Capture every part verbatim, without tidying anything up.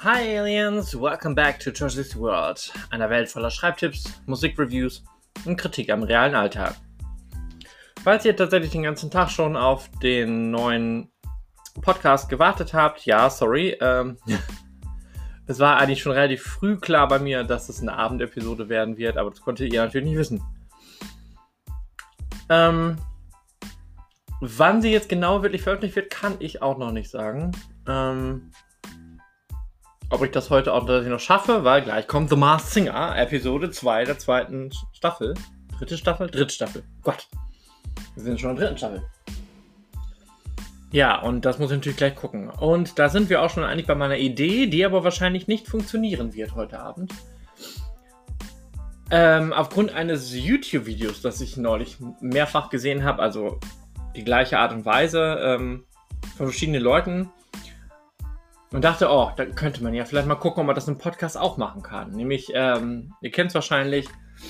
Hi Aliens, welcome back to Josie's World, einer Welt voller Schreibtipps, Musikreviews und Kritik am realen Alltag. Falls ihr tatsächlich den ganzen Tag schon auf den neuen Podcast gewartet habt, ja, sorry, ähm, es war eigentlich schon relativ früh klar bei mir, dass es eine Abendepisode werden wird, aber das konntet ihr natürlich nicht wissen. Ähm, wann sie jetzt genau wirklich veröffentlicht wird, kann ich auch noch nicht sagen. Ähm, Ob ich das heute auch tatsächlich noch schaffe, weil gleich kommt The Masked Singer, Episode zwei der zweiten Staffel. Dritte Staffel? Dritte Staffel. Gott. Wir sind schon in der dritten Staffel. Ja, und das muss ich natürlich gleich gucken. Und da sind wir auch schon eigentlich bei meiner Idee, die aber wahrscheinlich nicht funktionieren wird heute Abend. Ähm, aufgrund eines YouTube-Videos, das ich neulich mehrfach gesehen habe, also die gleiche Art und Weise, ähm, von verschiedenen Leuten, und dachte, oh, da könnte man ja vielleicht mal gucken, ob man das im Podcast auch machen kann. Nämlich, ähm, ihr kennt es wahrscheinlich,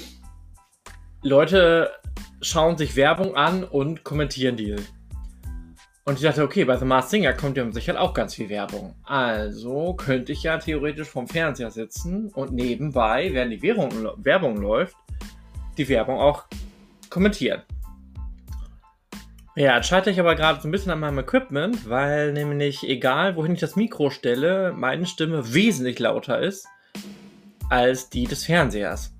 Leute schauen sich Werbung an und kommentieren die. Und ich dachte, okay, bei The Masked Singer kommt ja sicher auch ganz viel Werbung. Also könnte ich ja theoretisch vorm Fernseher sitzen und nebenbei, während die Werbung, Werbung läuft, die Werbung auch kommentieren. Ja, jetzt scheitere ich aber gerade so ein bisschen an meinem Equipment, weil nämlich, egal wohin ich das Mikro stelle, meine Stimme wesentlich lauter ist als die des Fernsehers.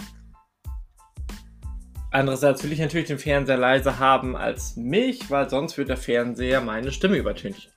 Andererseits will ich natürlich den Fernseher leiser haben als mich, weil sonst wird der Fernseher meine Stimme übertünchen.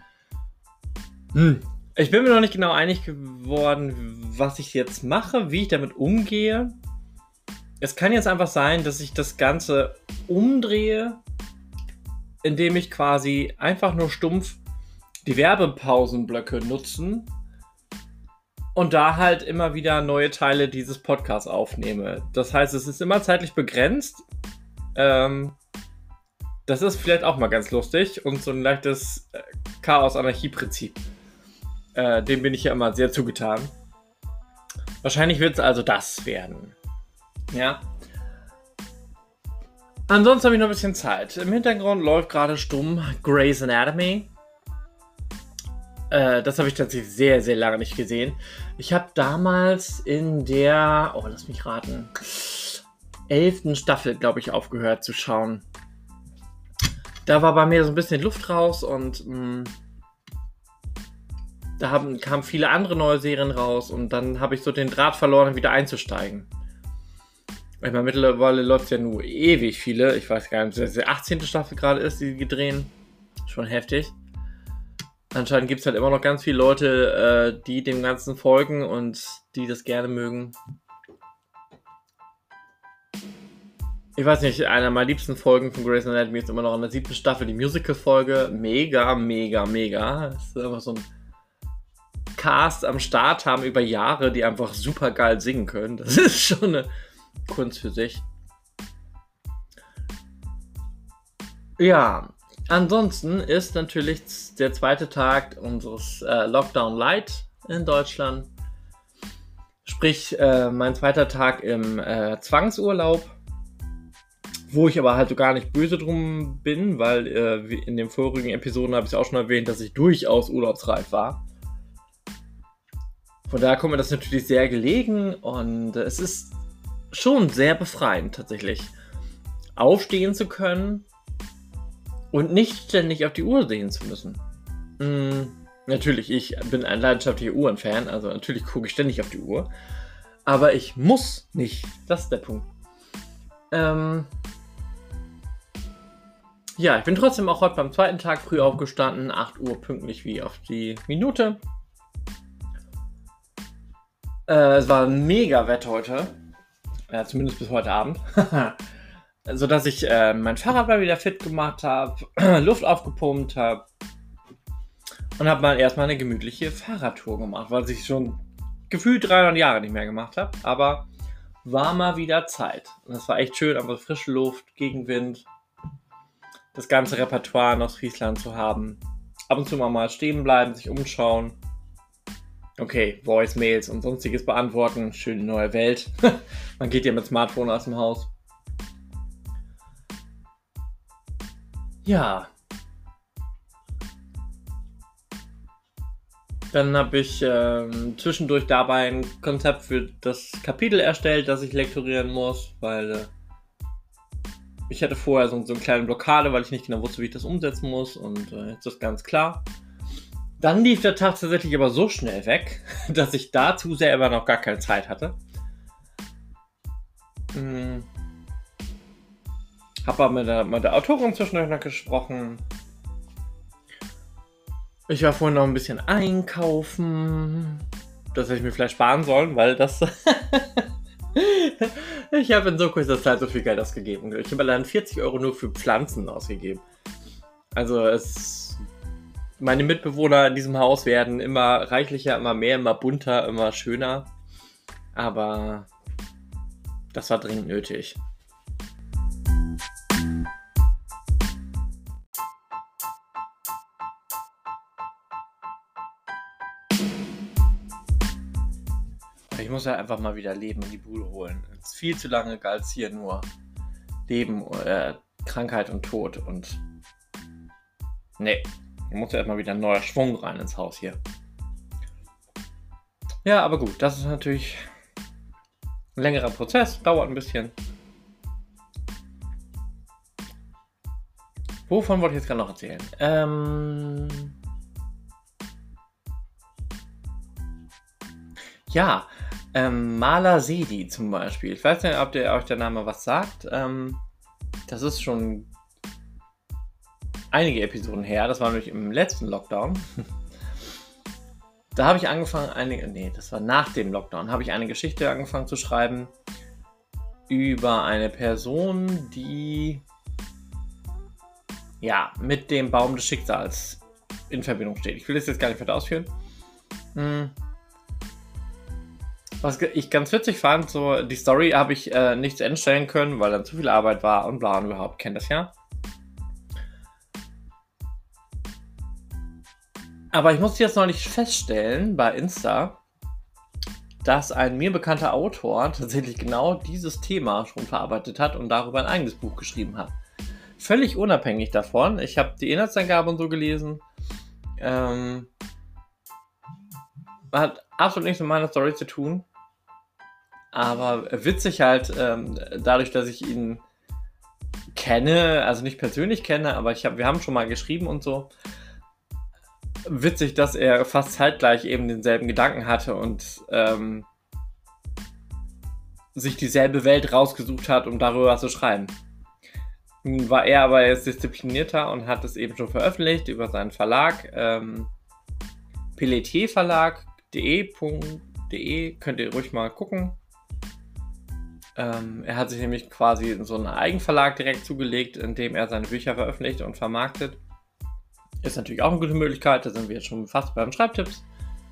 Hm. Ich bin mir noch nicht genau einig geworden, was ich jetzt mache, wie ich damit umgehe. Es kann jetzt einfach sein, dass ich das Ganze umdrehe, indem ich quasi einfach nur stumpf die Werbepausenblöcke nutzen und da halt immer wieder neue Teile dieses Podcasts aufnehme. Das heißt, es ist immer zeitlich begrenzt. Ähm, das ist vielleicht auch mal ganz lustig und so ein leichtes Chaos-Anarchie-Prinzip. Äh, dem bin ich ja immer sehr zugetan. Wahrscheinlich wird es also das werden. Ja. Ansonsten habe ich noch ein bisschen Zeit. Im Hintergrund läuft gerade stumm Grey's Anatomy. Äh, das habe ich tatsächlich sehr, sehr lange nicht gesehen. Ich habe damals in der, oh, lass mich raten, elften Staffel, glaube ich, aufgehört zu schauen. Da war bei mir so ein bisschen Luft raus und mh, da haben, kamen viele andere neue Serien raus und dann habe ich so den Draht verloren, wieder einzusteigen. Ich meine, mittlerweile läuft es ja nur ewig viele. Ich weiß gar nicht, ob es die achtzehnte Staffel gerade ist, die die drehen. Schon heftig. Anscheinend gibt es halt immer noch ganz viele Leute, äh, die dem Ganzen folgen und die das gerne mögen. Ich weiß nicht, einer meiner liebsten Folgen von Grey's Anatomy ist immer noch in der siebten Staffel, die Musical-Folge. Mega, mega, mega. Das ist einfach so ein Cast am Start haben über Jahre, die einfach super geil singen können. Das ist schon eine Kunst für sich. Ja, ansonsten ist natürlich der zweite Tag unseres äh, Lockdown Light in Deutschland. Sprich, äh, mein zweiter Tag im äh, Zwangsurlaub, wo ich aber halt so gar nicht böse drum bin, weil äh, in den vorigen Episoden habe ich auch schon erwähnt, dass ich durchaus urlaubsreif war. Von daher kommt mir das natürlich sehr gelegen und äh, es ist schon sehr befreiend tatsächlich, aufstehen zu können und nicht ständig auf die Uhr sehen zu müssen. Hm, natürlich, ich bin ein leidenschaftlicher Uhrenfan, also natürlich gucke ich ständig auf die Uhr, aber ich muss nicht, das ist der Punkt. Ähm, ja, ich bin trotzdem auch heute beim zweiten Tag früh aufgestanden, acht Uhr pünktlich wie auf die Minute. Äh, es war ein mega Wetter heute. Ja, zumindest bis heute Abend. Sodass ich äh, mein Fahrrad mal wieder fit gemacht habe, Luft aufgepumpt habe und habe mal erstmal eine gemütliche Fahrradtour gemacht, was ich schon gefühlt dreihundert Jahre nicht mehr gemacht habe. Aber war mal wieder Zeit. Und es war echt schön, einfach frische Luft, Gegenwind, das ganze Repertoire in Ostfriesland zu haben. Ab und zu mal, mal stehen bleiben, sich umschauen. Okay, Voicemails und sonstiges beantworten. Schöne neue Welt. Man geht ja mit Smartphone aus dem Haus. Ja. Dann habe ich ähm, zwischendurch dabei ein Konzept für das Kapitel erstellt, das ich lektorieren muss, weil äh, ich hatte vorher so, so eine kleine Blockade, weil ich nicht genau wusste, wie ich das umsetzen muss, und äh, jetzt ist ganz klar. Dann lief der Tag tatsächlich aber so schnell weg, dass ich dazu selber noch gar keine Zeit hatte. Hm. Habe aber mit der, mit der Autorin zwischendurch noch gesprochen. Ich war vorhin noch ein bisschen einkaufen. Das hätte ich mir vielleicht sparen sollen, weil das... Ich habe in so kurzer Zeit so viel Geld ausgegeben. Ich habe allein vierzig Euro nur für Pflanzen ausgegeben. Also es... Meine Mitbewohner in diesem Haus werden immer reichlicher, immer mehr, immer bunter, immer schöner. Aber das war dringend nötig. Ich muss ja einfach mal wieder Leben in die Bude holen. Es ist viel zu lange galt es hier nur Leben, äh, Krankheit und Tod. Und nee, ich muss ja erstmal wieder ein neuer Schwung rein ins Haus hier. Ja, aber gut, das ist natürlich ein längerer Prozess, dauert ein bisschen. Wovon wollte ich jetzt gerade noch erzählen? Ähm... Ja, ähm, Maler Sedi zum Beispiel. Ich weiß nicht, ob der, euch der Name was sagt. Ähm, das ist schon einige Episoden her. Das war nämlich im letzten Lockdown. Da habe ich angefangen, eine, nee, das war nach dem Lockdown, habe ich eine Geschichte angefangen zu schreiben über eine Person, die ja mit dem Baum des Schicksals in Verbindung steht. Ich will das jetzt gar nicht weiter ausführen. Hm. Was ich ganz witzig fand, so die Story habe ich äh, nicht zu Ende stellen können, weil dann zu viel Arbeit war und bla und überhaupt, kennt das ja. Aber ich musste jetzt neulich feststellen bei Insta, dass ein mir bekannter Autor tatsächlich genau dieses Thema schon verarbeitet hat und darüber ein eigenes Buch geschrieben hat. Völlig unabhängig davon. Ich habe die Inhaltsangabe und so gelesen. Ähm, hat absolut nichts mit meiner Story zu tun. Aber witzig halt, ähm, dadurch, dass ich ihn kenne, also nicht persönlich kenne, aber ich hab, wir haben schon mal geschrieben und so. Witzig, dass er fast zeitgleich eben denselben Gedanken hatte und ähm, sich dieselbe Welt rausgesucht hat, um darüber zu schreiben. Nun war er aber jetzt disziplinierter und hat es eben schon veröffentlicht über seinen Verlag. Ähm, Pelletier-Verlag punkt de könnt ihr ruhig mal gucken. Ähm, er hat sich nämlich quasi so einen Eigenverlag direkt zugelegt, in dem er seine Bücher veröffentlicht und vermarktet. Ist natürlich auch eine gute Möglichkeit, da sind wir jetzt schon fast beim Schreibtipps.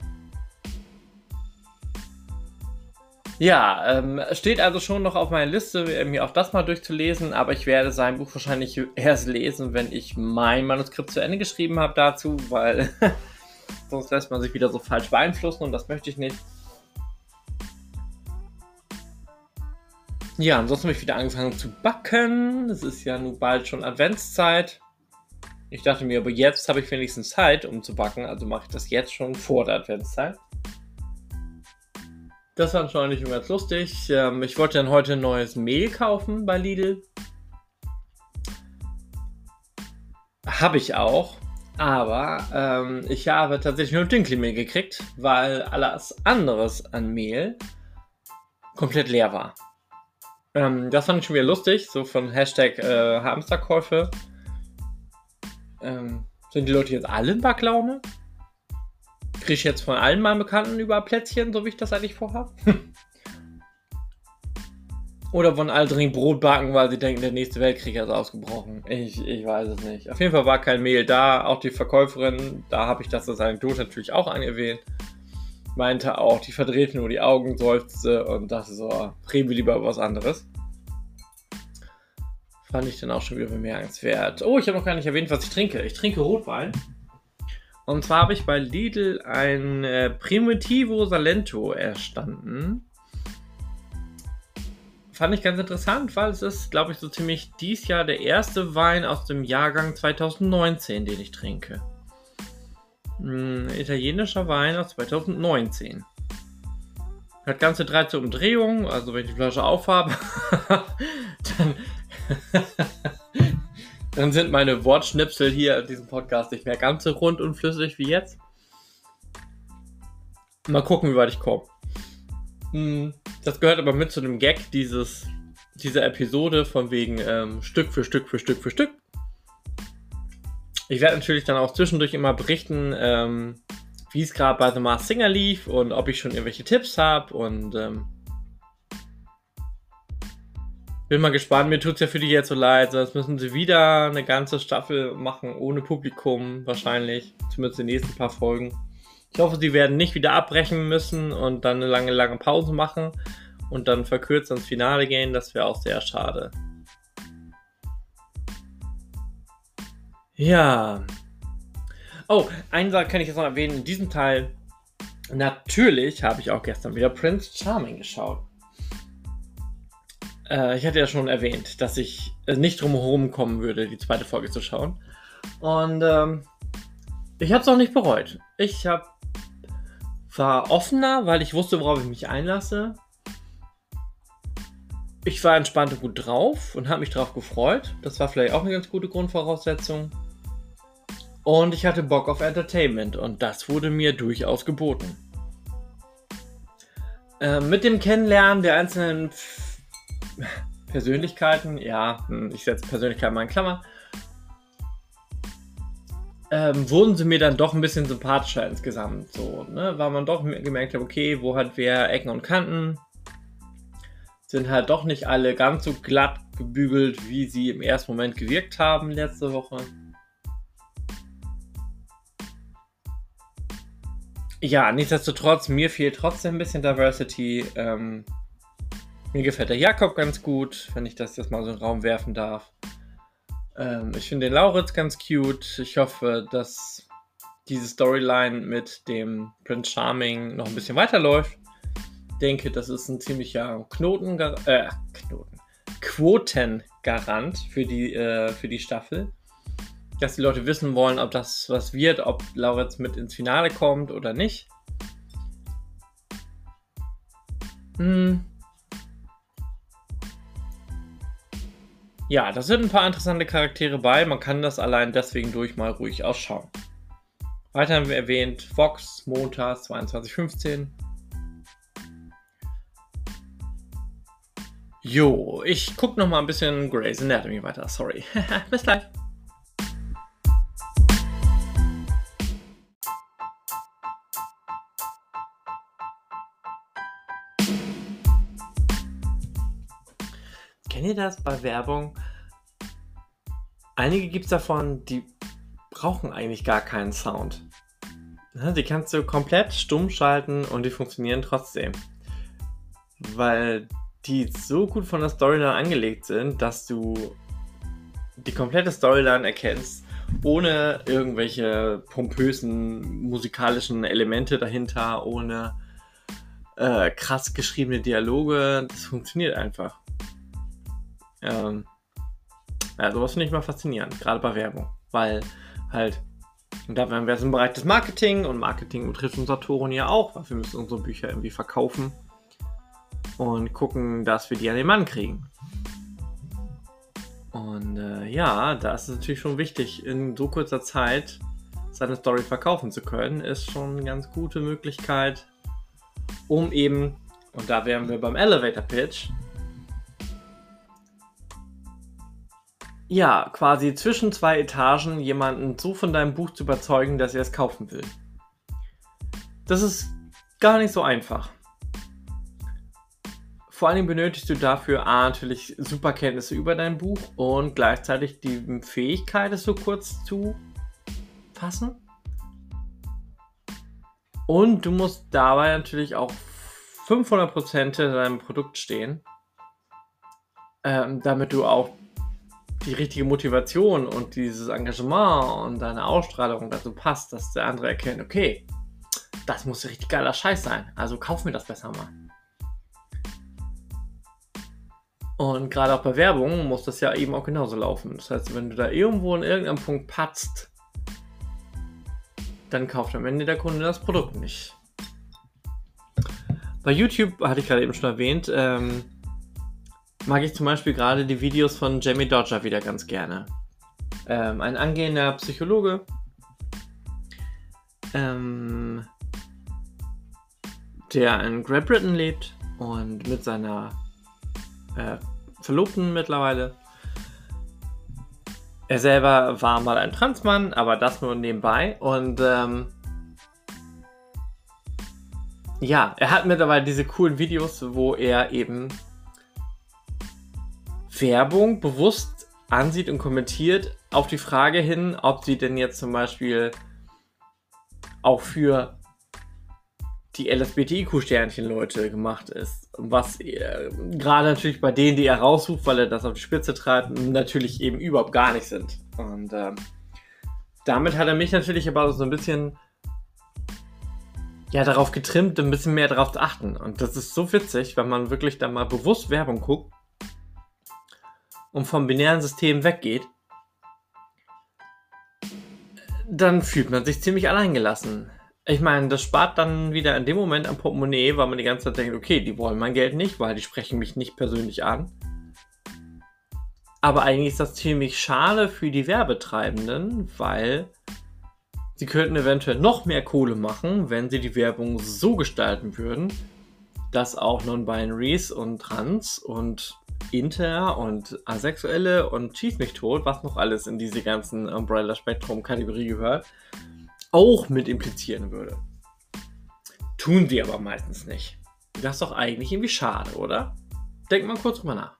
Ja, ähm, steht also schon noch auf meiner Liste, mir auch das mal durchzulesen, aber ich werde sein Buch wahrscheinlich erst lesen, wenn ich mein Manuskript zu Ende geschrieben habe dazu, weil sonst lässt man sich wieder so falsch beeinflussen und das möchte ich nicht. Ja, ansonsten habe ich wieder angefangen zu backen. Es ist ja nun bald schon Adventszeit. Ich dachte mir, aber jetzt habe ich wenigstens Zeit, um zu backen, also mache ich das jetzt schon vor der Adventszeit. Das war anscheinend nicht ganz lustig. Ähm, ich wollte dann heute ein neues Mehl kaufen bei Lidl. Habe ich auch, aber ähm, ich habe tatsächlich nur Dinkelmehl gekriegt, weil alles anderes an Mehl komplett leer war. Ähm, das fand ich schon wieder lustig, so von Hashtag äh, Hamsterkäufe. Ähm, sind die Leute jetzt alle in Backlaune? Kriege ich jetzt von allen meinen Bekannten über Plätzchen, so wie ich das eigentlich vorhabe? Oder wollen alle dringend Brot backen, weil sie denken, der nächste Weltkrieg ist ausgebrochen? Ich, ich weiß es nicht. Auf jeden Fall war kein Mehl da. Auch die Verkäuferin, da habe ich das als Anekdote natürlich auch angewählt, meinte auch, die verdrehte nur die Augen, seufzte und dachte so, reden wir lieber über was anderes. Fand ich dann auch schon wieder bemerkenswert. Oh, ich habe noch gar nicht erwähnt, was ich trinke. Ich trinke Rotwein. Und zwar habe ich bei Lidl ein äh, Primitivo Salento erstanden. Fand ich ganz interessant, weil es ist, glaube ich, so ziemlich dies Jahr der erste Wein aus dem Jahrgang zwanzig neunzehn, den ich trinke. Ein italienischer Wein aus zweitausendneunzehn. Hat ganze dreizehn Umdrehungen, also wenn ich die Flasche aufhabe, dann, dann sind meine Wortschnipsel hier in diesem Podcast nicht mehr ganz so rund und flüssig wie jetzt. Mal gucken, wie weit ich komme. Das gehört aber mit zu dem Gag dieses, dieser Episode von wegen ähm, Stück für Stück für Stück für Stück. Ich werde natürlich dann auch zwischendurch immer berichten, ähm, wie es gerade bei The Masked Singer lief und ob ich schon irgendwelche Tipps habe und ähm, bin mal gespannt. Mir tut es ja für die jetzt so leid, sonst müssen sie wieder eine ganze Staffel machen, ohne Publikum wahrscheinlich, zumindest die nächsten paar Folgen. Ich hoffe, sie werden nicht wieder abbrechen müssen und dann eine lange, lange Pause machen und dann verkürzt ins Finale gehen. Das wäre auch sehr schade. Ja. Oh, eine Sache kann ich jetzt noch erwähnen. In diesem Teil, natürlich habe ich auch gestern wieder Prince Charming geschaut. Äh, ich hatte ja schon erwähnt, dass ich nicht drum herum kommen würde, die zweite Folge zu schauen. Und ähm, ich habe es auch nicht bereut. Ich hab, war offener, weil ich wusste, worauf ich mich einlasse. Ich war entspannt und gut drauf und habe mich drauf gefreut. Das war vielleicht auch eine ganz gute Grundvoraussetzung. Und ich hatte Bock auf Entertainment und das wurde mir durchaus geboten. Äh, mit dem Kennenlernen der einzelnen F- Persönlichkeiten, ja, ich setze Persönlichkeit mal in Klammer, ähm, wurden sie mir dann doch ein bisschen sympathischer insgesamt. So, ne? Weil man doch gemerkt hat, okay, wo hat wer Ecken und Kanten, sind halt doch nicht alle ganz so glatt gebügelt, wie sie im ersten Moment gewirkt haben letzte Woche. Ja, nichtsdestotrotz, mir fehlt trotzdem ein bisschen Diversity. Ähm, mir gefällt der Jakob ganz gut, wenn ich das jetzt mal so in den Raum werfen darf. Ähm, ich finde den Lauritz ganz cute. Ich hoffe, dass diese Storyline mit dem Prince Charming noch ein bisschen weiterläuft. Ich denke, das ist ein ziemlicher Knoten, äh, Knoten, Quotengarant für die, äh, für die Staffel. Dass die Leute wissen wollen, ob das was wird, ob Lauritz mit ins Finale kommt oder nicht. Hm. Ja, da sind ein paar interessante Charaktere bei. Man kann das allein deswegen durch mal ruhig ausschauen. Weiter haben wir erwähnt, Vox, Montag, zweiundzwanzig fünfzehn. Jo, ich gucke noch mal ein bisschen Grey's Anatomy weiter. Sorry. Bis gleich. Kennt ihr das bei Werbung? Einige gibt es davon, die brauchen eigentlich gar keinen Sound. Die kannst du komplett stumm schalten und die funktionieren trotzdem. Weil die so gut von der Storyline angelegt sind, dass du die komplette Storyline erkennst, ohne irgendwelche pompösen musikalischen Elemente dahinter, ohne äh, krass geschriebene Dialoge. Das funktioniert einfach. Ähm, ja, sowas finde ich mal faszinierend, gerade bei Werbung, weil halt, und da wären wir im Bereich des Marketing und Marketing betrifft uns Autoren ja auch, weil wir müssen unsere Bücher irgendwie verkaufen und gucken, dass wir die an den Mann kriegen. Und äh, ja, da ist es natürlich schon wichtig, in so kurzer Zeit seine Story verkaufen zu können, ist schon eine ganz gute Möglichkeit, um eben, und da wären wir beim Elevator Pitch, ja, quasi zwischen zwei Etagen jemanden so von deinem Buch zu überzeugen, dass er es kaufen will. Das ist gar nicht so einfach. Vor allem benötigst du dafür A, natürlich super Kenntnisse über dein Buch und gleichzeitig die Fähigkeit, es so kurz zu fassen. Und du musst dabei natürlich auch fünfhundert Prozent hinter deinem Produkt stehen, ähm, damit du auch die richtige Motivation und dieses Engagement und deine Ausstrahlung dazu passt, dass der andere erkennt, okay, das muss ein richtig geiler Scheiß sein, also kauf mir das besser mal. Und gerade auch bei Werbung muss das ja eben auch genauso laufen. Das heißt, wenn du da irgendwo in irgendeinem Punkt patzt, dann kauft am Ende der Kunde das Produkt nicht. Bei YouTube, hatte ich gerade eben schon erwähnt, ähm, mag ich zum Beispiel gerade die Videos von Jamie Dodger wieder ganz gerne. Ähm, ein angehender Psychologe, ähm, der in Great Britain lebt und mit seiner äh, Verlobten mittlerweile. Er selber war mal ein Transmann, aber das nur nebenbei. Und ähm, ja, er hat mittlerweile diese coolen Videos, wo er eben Werbung bewusst ansieht und kommentiert auf die Frage hin, ob sie denn jetzt zum Beispiel auch für die L G B T I Q-Sternchen-Leute gemacht ist. Was äh, gerade natürlich bei denen, die er raussucht, weil er das auf die Spitze treibt, natürlich eben überhaupt gar nicht sind. Und ähm, damit hat er mich natürlich aber so ein bisschen ja, darauf getrimmt, ein bisschen mehr darauf zu achten. Und das ist so witzig, wenn man wirklich da mal bewusst Werbung guckt und vom binären System weggeht, dann fühlt man sich ziemlich alleingelassen. Ich meine, das spart dann wieder in dem Moment am Portemonnaie, weil man die ganze Zeit denkt, okay, die wollen mein Geld nicht, weil die sprechen mich nicht persönlich an. Aber eigentlich ist das ziemlich schade für die Werbetreibenden, weil sie könnten eventuell noch mehr Kohle machen, wenn sie die Werbung so gestalten würden, dass auch Non-Binaries und Trans und Inter und Asexuelle und Schieß mich tot, was noch alles in diese ganzen Umbrella-Spektrum-Kategorie gehört, auch mit implizieren würde. Tun sie aber meistens nicht. Das ist doch eigentlich irgendwie schade, oder? Denk mal kurz drüber nach.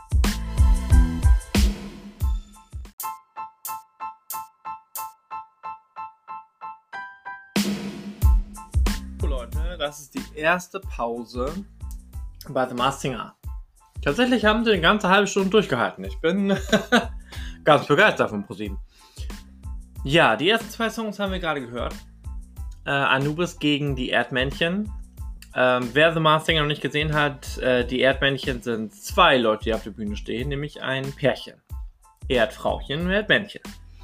So Leute, das ist die erste Pause bei The Masked Singer. Tatsächlich haben sie eine ganze halbe Stunde durchgehalten. Ich bin ganz begeistert von ProSieben. Ja, die ersten zwei Songs haben wir gerade gehört. Äh, Anubis gegen die Erdmännchen. Ähm, wer The Masked Singer noch nicht gesehen hat, äh, die Erdmännchen sind zwei Leute, die auf der Bühne stehen, nämlich ein Pärchen. Erdfrauchen und Erdmännchen.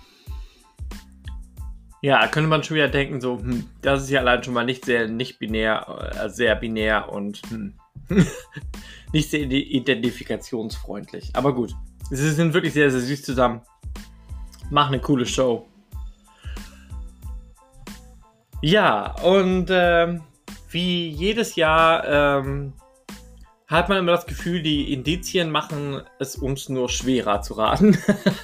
Ja, könnte man schon wieder denken, so, hm, das ist ja allein schon mal nicht sehr nicht binär, äh, sehr binär und hm, nicht sehr identifikationsfreundlich. Aber gut, sie sind wirklich sehr, sehr süß zusammen. Machen eine coole Show. Ja, und ähm, wie jedes Jahr ähm, hat man immer das Gefühl, die Indizien machen es uns nur schwerer zu raten.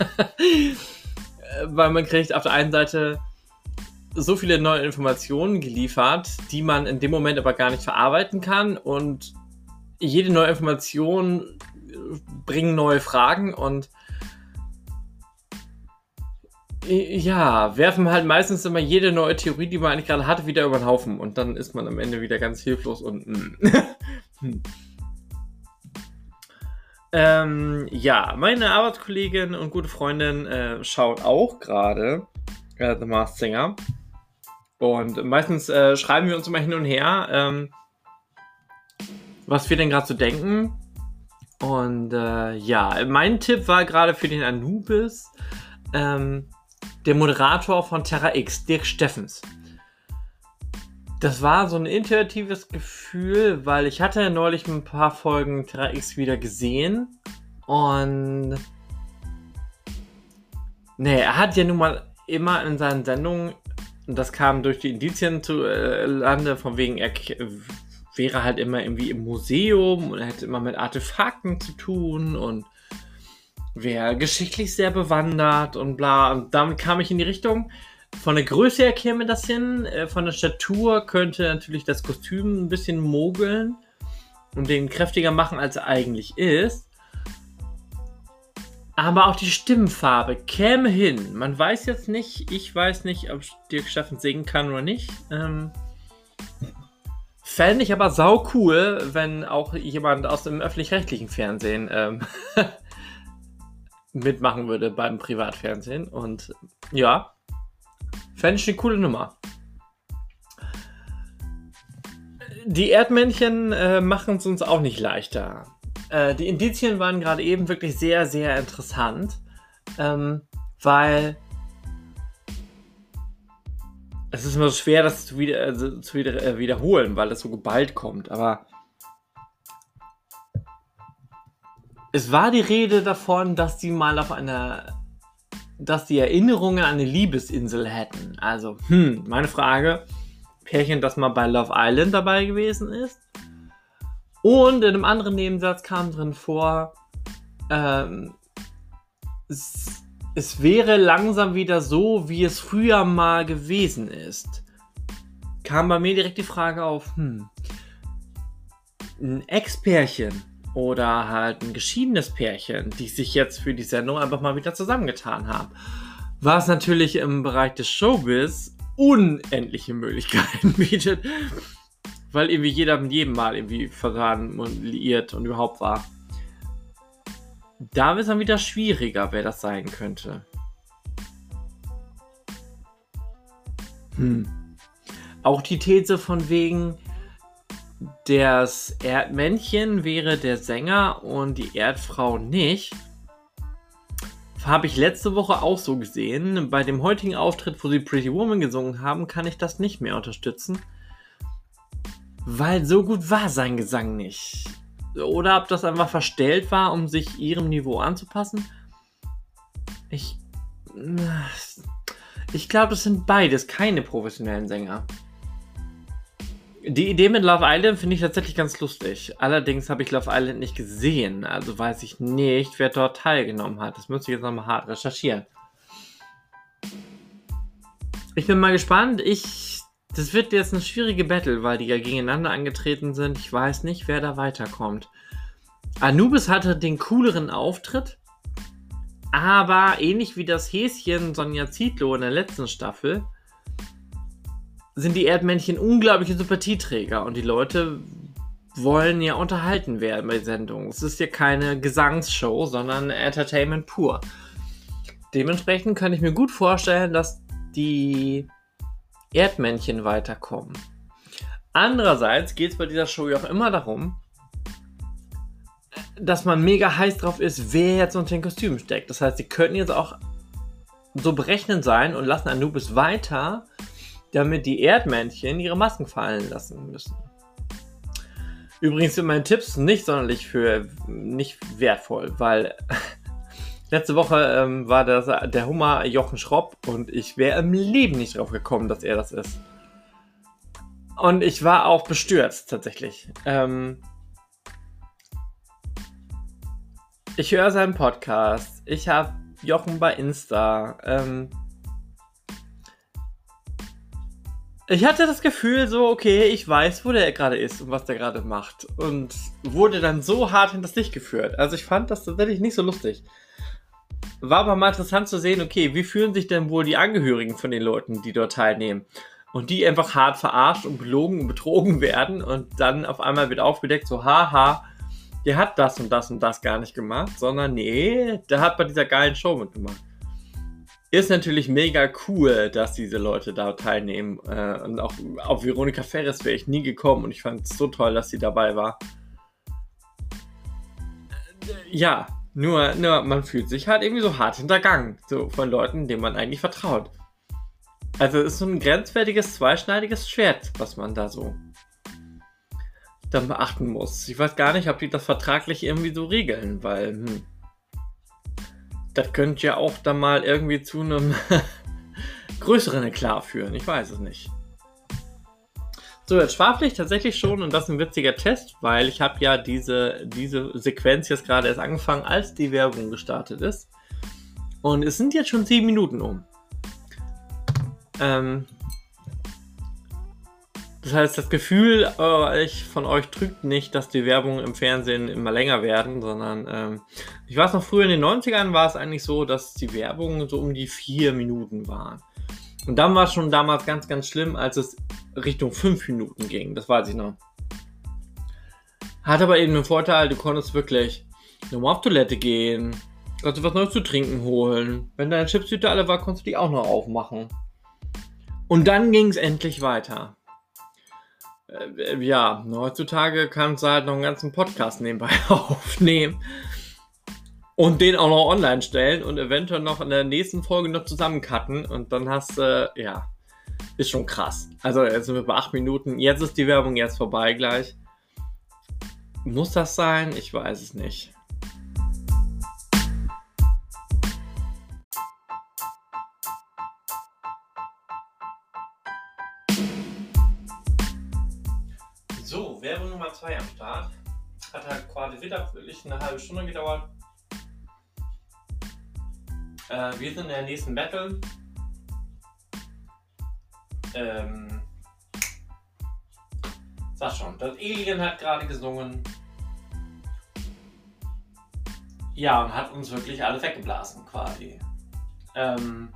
Weil man kriegt auf der einen Seite so viele neue Informationen geliefert, die man in dem Moment aber gar nicht verarbeiten kann, und jede neue Information bringt neue Fragen und ja, werfen halt meistens immer jede neue Theorie, die man eigentlich gerade hatte, wieder über den Haufen, und dann ist man am Ende wieder ganz hilflos und hm. ähm, ja, meine Arbeitskollegin und gute Freundin äh, schaut auch gerade äh, The Masked Singer, und meistens äh, schreiben wir uns immer hin und her, ähm, was wir denn gerade so denken. Und äh, ja, mein Tipp war gerade für den Anubis ähm, der Moderator von Terra X, Dirk Steffens. Das war so ein intuitives Gefühl, weil ich hatte neulich ein paar Folgen Terra X wieder gesehen und nee, er hat ja nun mal immer in seinen Sendungen, und das kam durch die Indizien zu äh, Lande, von wegen, er wäre halt immer irgendwie im Museum und er hätte immer mit Artefakten zu tun und wäre geschichtlich sehr bewandert und bla. Und damit kam ich in die Richtung, von der Größe her käme das hin, äh, von der Statur könnte natürlich das Kostüm ein bisschen mogeln und den kräftiger machen, als er eigentlich ist. Aber auch die Stimmfarbe käme hin. Man weiß jetzt nicht, ich weiß nicht, ob Dirk Steffens singen kann oder nicht. Ähm, Fände ich aber sau cool, wenn auch jemand aus dem öffentlich-rechtlichen Fernsehen ähm, mitmachen würde beim Privatfernsehen. Und ja, fände ich eine coole Nummer. Die Erdmännchen äh, machen es uns auch nicht leichter. Äh, die Indizien waren gerade eben wirklich sehr, sehr interessant, ähm, weil es ist immer so schwer, das zu, wieder, also zu wieder, äh, wiederholen, weil das so geballt kommt. Aber es war die Rede davon, dass die mal auf einer, dass die Erinnerungen an eine Liebesinsel hätten. Also, hm, meine Frage, Pärchen, das mal bei Love Island dabei gewesen ist. Und in einem anderen Nebensatz kam drin vor, ähm, es, es wäre langsam wieder so, wie es früher mal gewesen ist. Kam bei mir direkt die Frage auf, hm, ein Ex-Pärchen oder halt ein geschiedenes Pärchen, die sich jetzt für die Sendung einfach mal wieder zusammengetan haben. Was natürlich im Bereich des Showbiz unendliche Möglichkeiten bietet, weil irgendwie jeder mit jedem Mal irgendwie verraten und liiert und überhaupt war. Da wird es dann wieder schwieriger, wer das sein könnte. Hm. Auch die These von wegen, das Erdmännchen wäre der Sänger und die Erdfrau nicht, habe ich letzte Woche auch so gesehen. Bei dem heutigen Auftritt, wo sie Pretty Woman gesungen haben, kann ich das nicht mehr unterstützen, weil so gut war sein Gesang nicht. Oder ob das einfach verstellt war, um sich ihrem Niveau anzupassen. Ich, ich glaube, das sind beides keine professionellen Sänger. Die Idee mit Love Island finde ich tatsächlich ganz lustig. Allerdings habe ich Love Island nicht gesehen. Also weiß ich nicht, wer dort teilgenommen hat. Das müsste ich jetzt nochmal hart recherchieren. Ich bin mal gespannt. Ich, das wird jetzt eine schwierige Battle, weil die ja gegeneinander angetreten sind. Ich weiß nicht, wer da weiterkommt. Anubis hatte den cooleren Auftritt. Aber ähnlich wie das Häschen Sonja Zietlow in der letzten Staffel sind die Erdmännchen unglaubliche Sympathieträger und die Leute wollen ja unterhalten werden bei Sendungen. Es ist ja keine Gesangsshow, sondern Entertainment pur. Dementsprechend kann ich mir gut vorstellen, dass die Erdmännchen weiterkommen. Andererseits geht es bei dieser Show ja auch immer darum, dass man mega heiß drauf ist, wer jetzt unter den Kostümen steckt. Das heißt, sie könnten jetzt auch so berechnend sein und lassen Anubis weiter, damit die Erdmännchen ihre Masken fallen lassen müssen. Übrigens sind meine Tipps nicht sonderlich für nicht wertvoll, weil letzte Woche ähm, war das, der Hummer Jochen Schropp und ich wäre im Leben nicht drauf gekommen, dass er das ist. Und ich war auch bestürzt tatsächlich. Ähm, ich höre seinen Podcast, ich habe Jochen bei Insta, ähm, ich hatte das Gefühl so, okay, ich weiß, wo der gerade ist und was der gerade macht. Und wurde dann so hart hinters Licht geführt. Also ich fand das tatsächlich nicht so lustig. War aber mal interessant zu sehen, okay, wie fühlen sich denn wohl die Angehörigen von den Leuten, die dort teilnehmen? Und die einfach hart verarscht und belogen und betrogen werden. Und dann auf einmal wird aufgedeckt, so haha, der hat das und das und das gar nicht gemacht. Sondern nee, der hat bei dieser geilen Show mitgemacht. Ist natürlich mega cool, dass diese Leute da teilnehmen. Äh, und auch auf Veronika Ferres wäre ich nie gekommen. Und ich fand es so toll, dass sie dabei war. Äh, ja, nur, nur man fühlt sich halt irgendwie so hart hintergangen. So von Leuten, denen man eigentlich vertraut. Also es ist so ein grenzwertiges, zweischneidiges Schwert, was man da so dann beachten muss. Ich weiß gar nicht, ob die das vertraglich irgendwie so regeln, weil... Hm, das könnte ja auch dann mal irgendwie zu einem größeren Eklat führen. Ich weiß es nicht. So, jetzt schwafle ich tatsächlich schon und das ist ein witziger Test, weil ich habe ja diese, diese Sequenz jetzt gerade erst angefangen, als die Werbung gestartet ist. Und es sind jetzt schon sieben Minuten um. Ähm, das heißt, das Gefühl äh, von euch trügt nicht, dass die Werbungen im Fernsehen immer länger werden, sondern ähm, ich weiß noch, früher in den neunzigern war es eigentlich so, dass die Werbungen so um die vier Minuten waren. Und dann war es schon damals ganz, ganz schlimm, als es Richtung fünf Minuten ging. Das weiß ich noch. Hat aber eben den Vorteil, du konntest wirklich nochmal auf Toilette gehen, konntest was Neues zu trinken holen. Wenn deine Chipstüte alle war, konntest du die auch noch aufmachen. Und dann ging es endlich weiter. Äh, ja, heutzutage kannst du halt noch einen ganzen Podcast nebenbei aufnehmen und den auch noch online stellen und eventuell noch in der nächsten Folge noch zusammencutten und dann hast du, äh, ja, ist schon krass. Also jetzt sind wir bei acht Minuten. Jetzt ist die Werbung jetzt vorbei gleich. Muss das sein? Ich weiß es nicht. So, Werbung Nummer zwei am Start. Hat halt quasi wieder wirklich eine halbe Stunde gedauert. Äh, wir sind in der nächsten Battle. Ähm, sag schon, das Alien hat gerade gesungen. Ja, und hat uns wirklich alle weggeblasen quasi. Ähm,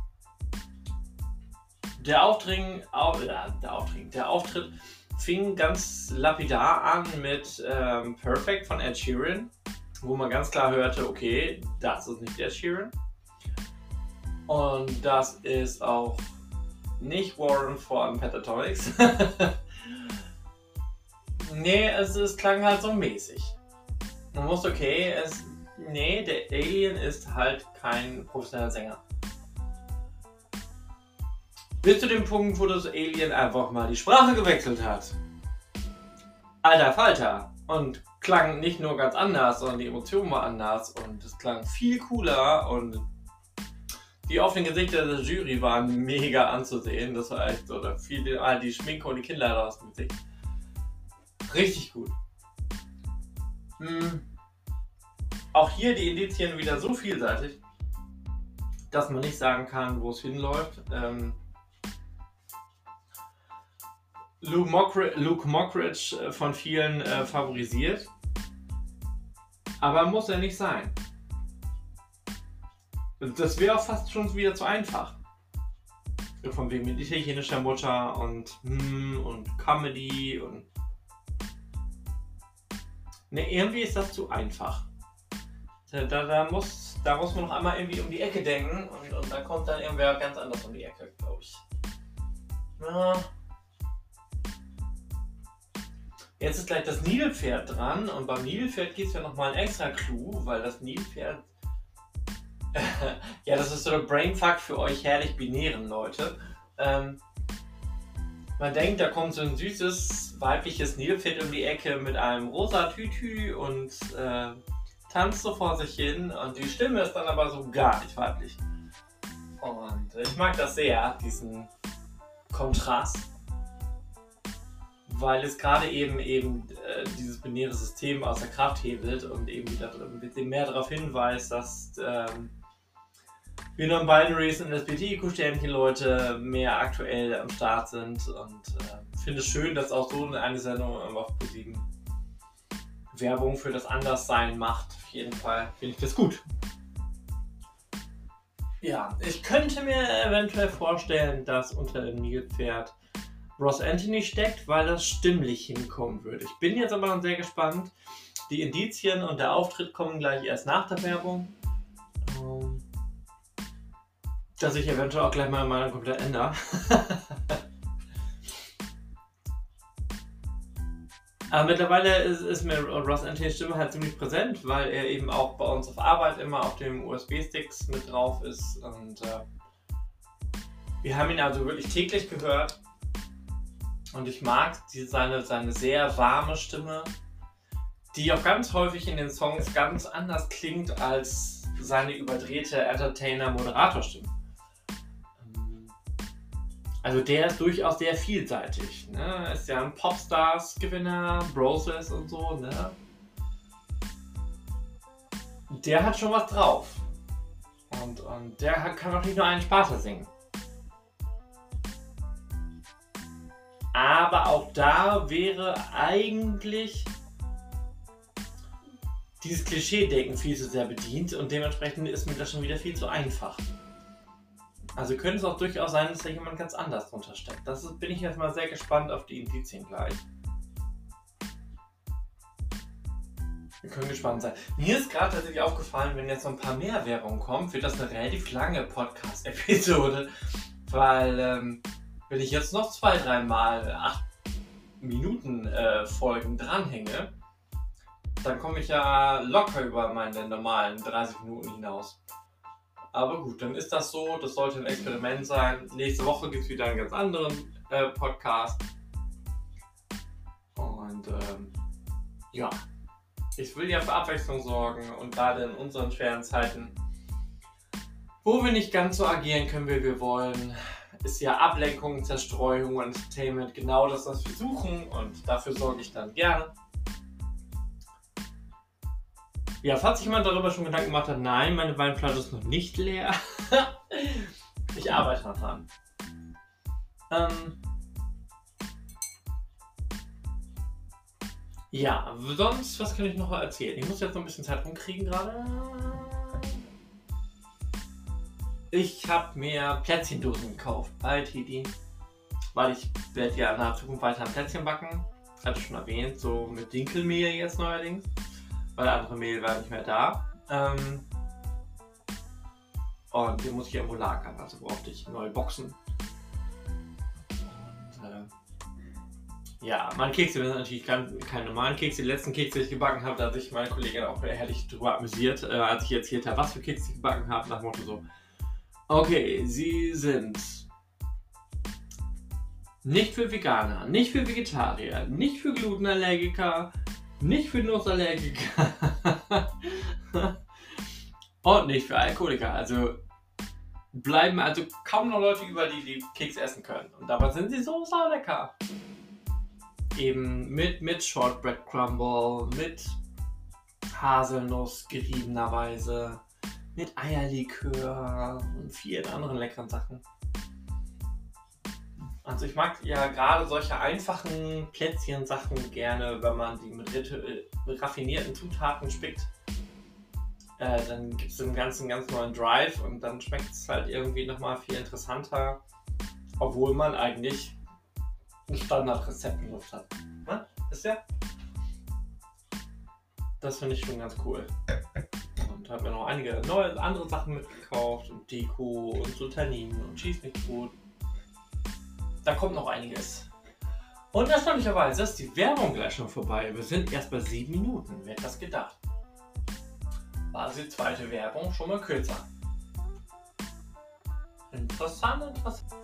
der, Auftritt, au, äh, der, Auftritt, der Auftritt fing ganz lapidar an mit ähm, Perfect von Ed Sheeran, wo man ganz klar hörte, okay, das ist nicht Ed Sheeran. Und das ist auch nicht Warren von Pentatonix. Nee, es, es klang halt so mäßig. Man wusste, okay, es, nee, der Alien ist halt kein professioneller Sänger. Bis zu dem Punkt, wo das Alien einfach mal die Sprache gewechselt hat. Alter Falter. Und klang nicht nur ganz anders, sondern die Emotion war anders und es klang viel cooler und die offenen Gesichter der Jury waren mega anzusehen. Das war echt so, da fiel die, ah, die Schminke und die Kinnlade aus dem Gesicht. Richtig gut. Hm. Auch hier die Indizien wieder so vielseitig, dass man nicht sagen kann, wo es hinläuft. Ähm, Luke, Mockridge, Luke Mockridge von vielen äh, favorisiert. Aber muss er nicht sein. Das wäre auch fast schon wieder zu einfach. Von wegen mit italienischer Mutter und hm, und Comedy und. Ne, irgendwie ist das zu einfach. Da, da, da, muss, da muss man noch einmal irgendwie um die Ecke denken und, und dann kommt dann irgendwer ganz anders um die Ecke, glaube ich. Ja. Jetzt ist gleich das Nilpferd dran und beim Nilpferd gibt es ja nochmal einen extra Clou, weil das Nilpferd. Ja, das ist so der Brainfuck für euch herrlich binären Leute. Ähm, man denkt, da kommt so ein süßes weibliches Nilpferd um die Ecke mit einem rosa Tütü und äh, tanzt so vor sich hin und die Stimme ist dann aber so gar nicht weiblich. Und ich mag das sehr, diesen Kontrast, weil es gerade eben eben äh, dieses binäre System außer Kraft hebelt und eben wieder ein bisschen mehr darauf hinweist, dass ähm, wir Non-Binaries und L G B T I Q-Sternchen-Leute mehr aktuell am Start sind und äh, finde es schön, dass auch so eine Sendung auf ProSieben Werbung für das Anderssein macht. Auf jeden Fall finde ich das gut. Ja, ich könnte mir eventuell vorstellen, dass unter dem Nilpferd Ross Anthony steckt, weil das stimmlich hinkommen würde. Ich bin jetzt aber noch sehr gespannt. Die Indizien und der Auftritt kommen gleich erst nach der Werbung. Ähm, dass ich eventuell auch gleich mal meine komplett ändere. Aber mittlerweile ist, ist mir Ross Anthony's Stimme halt ziemlich präsent, weil er eben auch bei uns auf Arbeit immer auf dem U S B-Sticks mit drauf ist. Und äh, wir haben ihn also wirklich täglich gehört. Und ich mag die, seine, seine sehr warme Stimme, die auch ganz häufig in den Songs ganz anders klingt als seine überdrehte Entertainer-Moderator-Stimme. Also der ist durchaus sehr vielseitig. Ne? Ist ja ein Popstars-Gewinner, Broses und so. Ne? Der hat schon was drauf. Und, und der hat, kann auch nicht nur einen Spaß singen. Aber auch da wäre eigentlich dieses Klischee-Denken viel zu sehr bedient und dementsprechend ist mir das schon wieder viel zu einfach. Also könnte es auch durchaus sein, dass da jemand ganz anders drunter steckt. Das ist, bin ich jetzt mal sehr gespannt auf die Indizien gleich. Wir können gespannt sein. Mir ist gerade tatsächlich aufgefallen, wenn jetzt noch ein paar mehr Werbung kommt, wird das eine relativ lange Podcast-Episode, weil ähm, wenn ich jetzt noch zwei, dreimal acht Minuten äh, Folgen dranhänge, dann komme ich ja locker über meine normalen dreißig Minuten hinaus. aber gut, dann ist das so. Das sollte ein Experiment sein. Nächste Woche gibt es wieder einen ganz anderen äh, Podcast. Und ähm, ja, ich will ja für Abwechslung sorgen und gerade in unseren schweren Zeiten, wo wir nicht ganz so agieren können, wie wir wollen, ist ja Ablenkung, Zerstreuung und Entertainment genau das, was wir suchen, und dafür sorge ich dann gerne. Ja, falls sich jemand darüber schon Gedanken gemacht hat, nein, meine Weinflasche ist noch nicht leer. Ich arbeite noch dran. Ähm ja, sonst, was kann ich noch erzählen? Ich muss jetzt noch ein bisschen Zeit rumkriegen gerade. Ich habe mir Plätzchendosen gekauft bei Titi, weil ich werde ja in der Zukunft weiter Plätzchen backen. Hatte ich schon erwähnt, so mit Dinkelmehl jetzt neuerdings, weil andere Mehl war nicht mehr da. Ähm und den muss ich irgendwo lagern, also brauchte ich neue Boxen. Und äh ja, meine Kekse sind natürlich keine, keine normalen Kekse. Die letzten Kekse, die ich gebacken habe, da hat sich meine Kollegin auch herrlich drüber amüsiert, äh, als ich erzählt habe, was für Kekse ich gebacken habe, nach dem Motto so: Okay, sie sind nicht für Veganer, nicht für Vegetarier, nicht für Glutenallergiker, nicht für Nussallergiker und nicht für Alkoholiker. Also bleiben also kaum noch Leute über, die die Kekse essen können. Und dabei sind sie so saulecker. Eben mit, mit Shortbread Crumble, mit Haselnuss geriebenerweise, mit Eierlikör und vielen anderen leckeren Sachen. Also ich mag ja gerade solche einfachen Plätzchen-Sachen gerne, wenn man die mit raffinierten Zutaten spickt. Äh, dann gibt es den ganzen ganz neuen Drive und dann schmeckt es halt irgendwie nochmal viel interessanter, obwohl man eigentlich ein Standardrezept in Luft hat. Na, ist ja? Das finde ich schon ganz cool. Und habe mir noch einige neue andere Sachen mitgekauft und Deko und Sultanin und Schieß mich gut. Da kommt noch einiges. Und erstaunlicherweise ist die Werbung gleich schon vorbei. Wir sind erst bei sieben Minuten. Wer hätte das gedacht? War die zweite Werbung schon mal kürzer. Interessant, interessant.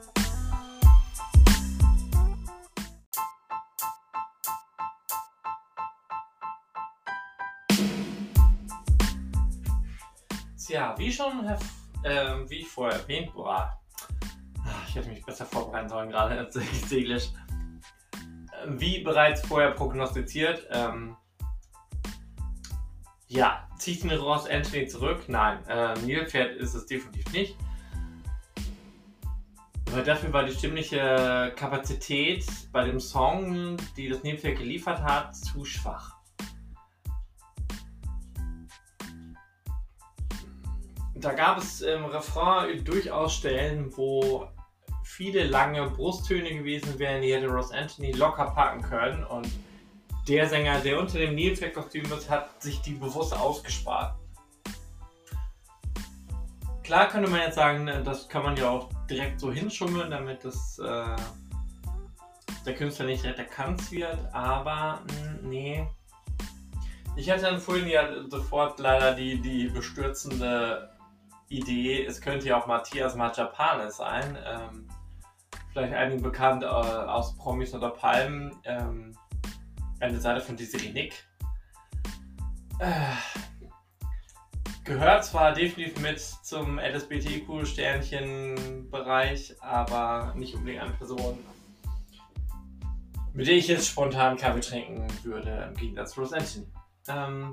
Tja, wie schon, äh, wie ich vorher erwähnt, boah, ich hätte mich besser vorbereiten sollen, gerade als Englisch. Wie bereits vorher prognostiziert, ähm, ja, zieht den Ross Anthony zurück? Nein, äh, Nilpferd ist es definitiv nicht. Weil dafür war die stimmliche Kapazität bei dem Song, die das Nilpferd geliefert hat, zu schwach. Da gab es im Refrain durchaus Stellen, wo viele lange Brusttöne gewesen wären, die hätte Ross Anthony locker packen können, und der Sänger, der unter dem Nilpferd-Kostüm ist, hat sich die bewusst ausgespart. Klar könnte man jetzt sagen, das kann man ja auch direkt so hinschummeln, damit das, äh, der Künstler nicht direkt erkannt wird, aber mh, nee. Ich hatte dann vorhin ja sofort leider die, die bestürzende Idee, es könnte ja auch Matthias Mangiapane sein, ähm, vielleicht einigen bekannt äh, aus Promis oder Palmen, ähm, eine Seite von Desiree Nick. Äh, gehört zwar definitiv mit zum L S B T Q-Sternchen-Bereich, aber nicht unbedingt eine Person, mit der ich jetzt spontan Kaffee trinken würde, im Gegensatz zu Ross Anthony. Ähm,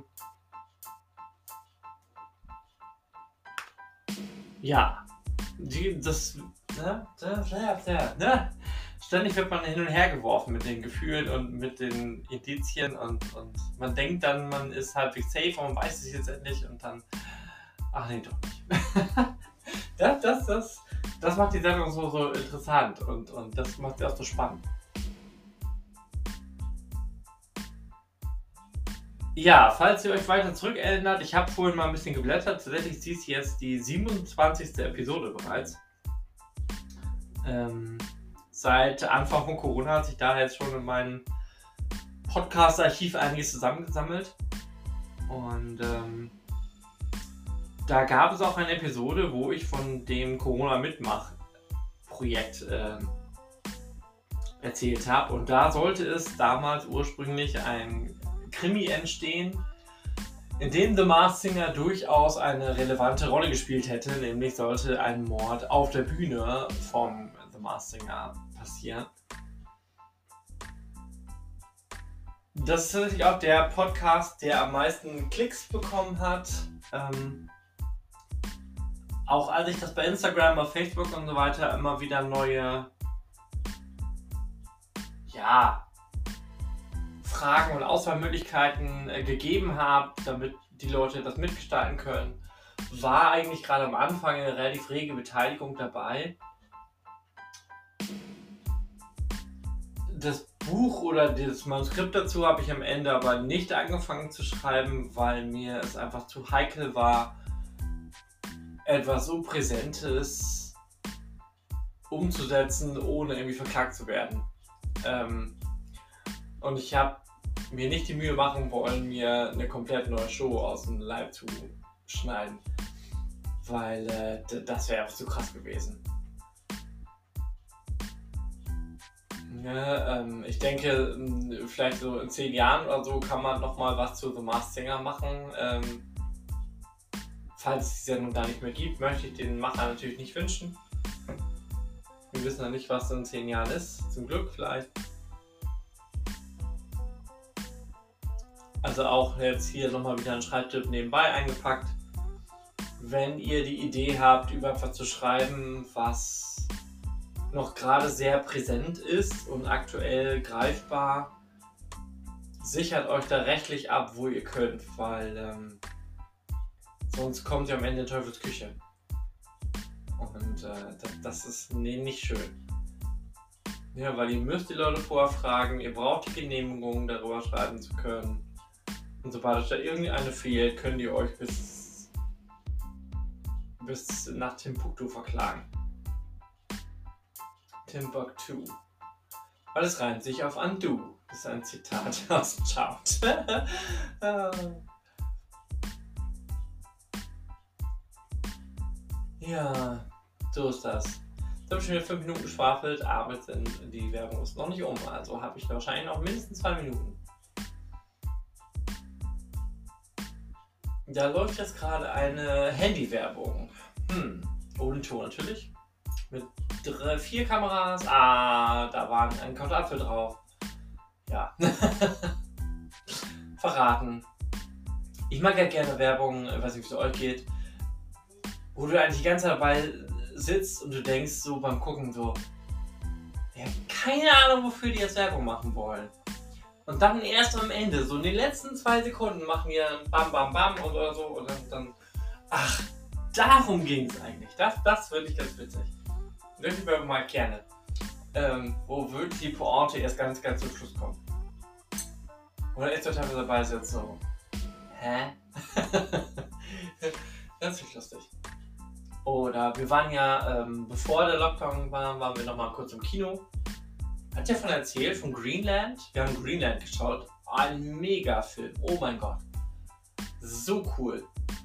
Ja, die, das, ne, das, das, ne, ständig wird man hin und her geworfen mit den Gefühlen und mit den Indizien, und, und man denkt dann, man ist halbwegs safe und man weiß es jetzt endlich, und dann, ach nee, doch nicht. das, das, das, das macht die Sendung so, so interessant, und, und das macht sie auch so spannend. Ja, falls ihr euch weiter zurückerinnert, ich habe vorhin mal ein bisschen geblättert. Tatsächlich ist dies jetzt die siebenundzwanzigste Episode bereits. Ähm, seit Anfang von Corona hat sich da jetzt schon in meinem Podcast-Archiv einiges zusammengesammelt. Und ähm, da gab es auch eine Episode, wo ich von dem Corona-Mitmach-Projekt äh, erzählt habe. Und da sollte es damals ursprünglich ein Krimi entstehen, in dem The Masked Singer durchaus eine relevante Rolle gespielt hätte. Nämlich sollte ein Mord auf der Bühne vom The Masked Singer passieren. Das ist natürlich auch der Podcast, der am meisten Klicks bekommen hat. Ähm, auch als ich das bei Instagram, auf Facebook und so weiter immer wieder neue ja, Fragen und Auswahlmöglichkeiten äh, gegeben habe, damit die Leute das mitgestalten können, war eigentlich gerade am Anfang eine relativ rege Beteiligung dabei. Das Buch oder das Manuskript dazu habe ich am Ende aber nicht angefangen zu schreiben, weil mir es einfach zu heikel war, etwas so Präsentes umzusetzen, ohne irgendwie verklagt zu werden. Ähm, und ich habe mir nicht die Mühe machen wollen, mir eine komplett neue Show aus dem Leib zu schneiden, weil äh, d- das wäre auch zu krass gewesen. Ja, ähm, ich denke, m, vielleicht so in zehn Jahren oder so kann man nochmal was zu The Masked Singer machen. Ähm, falls es die Sendung da nicht mehr gibt, möchte ich den Macher natürlich nicht wünschen. Wir wissen ja nicht, was in zehn Jahren ist. Zum Glück vielleicht. Also auch jetzt hier nochmal wieder ein Schreibtipp nebenbei eingepackt. Wenn ihr die Idee habt, über etwas zu schreiben, was noch gerade sehr präsent ist und aktuell greifbar, sichert euch da rechtlich ab, wo ihr könnt, weil ähm, sonst kommt ihr am Ende in Teufels Küche. Und äh, das, das ist nee, nicht schön. Ja, weil ihr müsst die Leute vorher fragen, ihr braucht die Genehmigung, darüber schreiben zu können. Und sobald euch da irgendeine fehlt, könnt ihr euch bis, bis nach Timbuktu verklagen. Timbuktu. Alles reimt sich auf Undo. Das ist ein Zitat aus Chout. Ja, so ist das. Jetzt habe ich schon wieder fünf Minuten geschwafelt, aber jetzt sind, die Werbung ist noch nicht um. Also habe ich wahrscheinlich noch mindestens zwei Minuten. Da läuft jetzt gerade eine Handy-Werbung. Hm, ohne Ton natürlich. Mit drei, vier Kameras. Ah, da war ein Kartoffel drauf. Ja. Verraten. Ich mag ja gerne Werbung, ich weiß nicht, wie es euch geht, wo du eigentlich die ganze Zeit dabei sitzt und du denkst so beim Gucken so, ich habe keine Ahnung, wofür die jetzt Werbung machen wollen. Und dann erst am Ende, so in den letzten zwei Sekunden machen wir dann Bam Bam Bam und oder so und dann, dann ach, darum ging es eigentlich. Das, das finde ich ganz witzig. Würde ich mir mal gerne. Ähm, wo wirklich die Pointe erst ganz, ganz zum Schluss kommt. Oder ist der teilweise dabei jetzt so, hä? Das finde ich lustig. Oder wir waren ja, ähm, bevor der Lockdown war, waren wir nochmal kurz im Kino. Hat ja von erzählt, von Greenland. Wir haben Greenland geschaut. Ein Mega-Film. Oh mein Gott. So cool.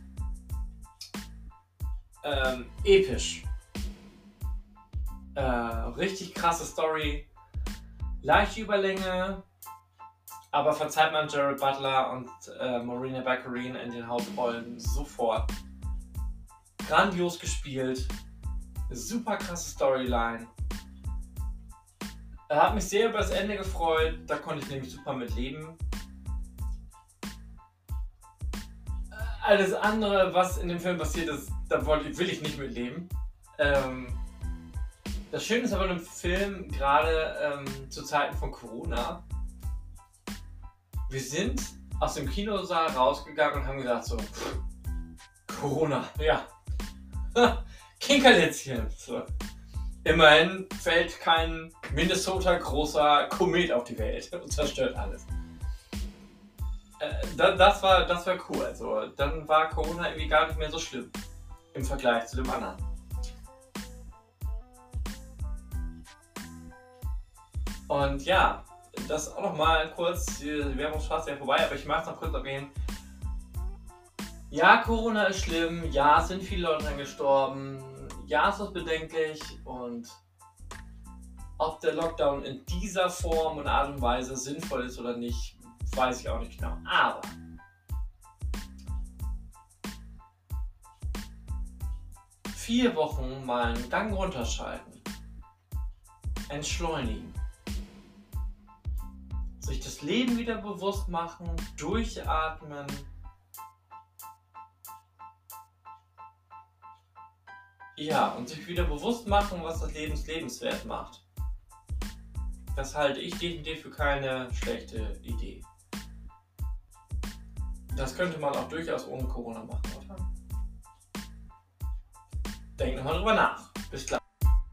Ähm, episch. Äh, richtig krasse Story. Leichte Überlänge. Aber verzeiht man Jared Butler und äh, Morena Baccarin in den Hauptrollen sofort. Grandios gespielt. Super krasse Storyline. Er hat mich sehr über das Ende gefreut, da konnte ich nämlich super mit leben. Alles andere, was in dem Film passiert ist, da wollte, will ich nicht mitleben. Ähm, das Schöne ist aber im Film, gerade ähm, zu Zeiten von Corona, wir sind aus dem Kinosaal rausgegangen und haben gesagt so, pff, Corona, ja, Kinkerlitzchen. So. Immerhin fällt kein Minnesota großer Komet auf die Welt und zerstört alles. Äh, das, das, war, das war cool. Also, dann war Corona irgendwie gar nicht mehr so schlimm im Vergleich zu dem anderen. Und ja, das auch nochmal kurz, die Werbung ist fast ja vorbei, aber ich mache es noch kurz erwähnen. Ja, Corona ist schlimm, ja, es sind viele Leute dran gestorben, ja, es ist bedenklich und ob der Lockdown in dieser Form und Art und Weise sinnvoll ist oder nicht, weiß ich auch nicht genau. Aber vier Wochen mal einen Gang runterschalten, entschleunigen, sich das Leben wieder bewusst machen, durchatmen. Ja, und sich wieder bewusst machen, was das Leben lebenswert macht. Das halte ich definitiv für keine schlechte Idee. Das könnte man auch durchaus ohne Corona machen, oder? Denkt nochmal drüber nach. Bis gleich.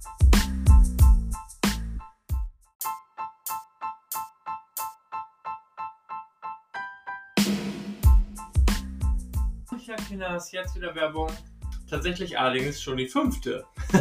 Ja, Kinder, ist jetzt wieder Werbung. Tatsächlich allerdings schon die fünfte.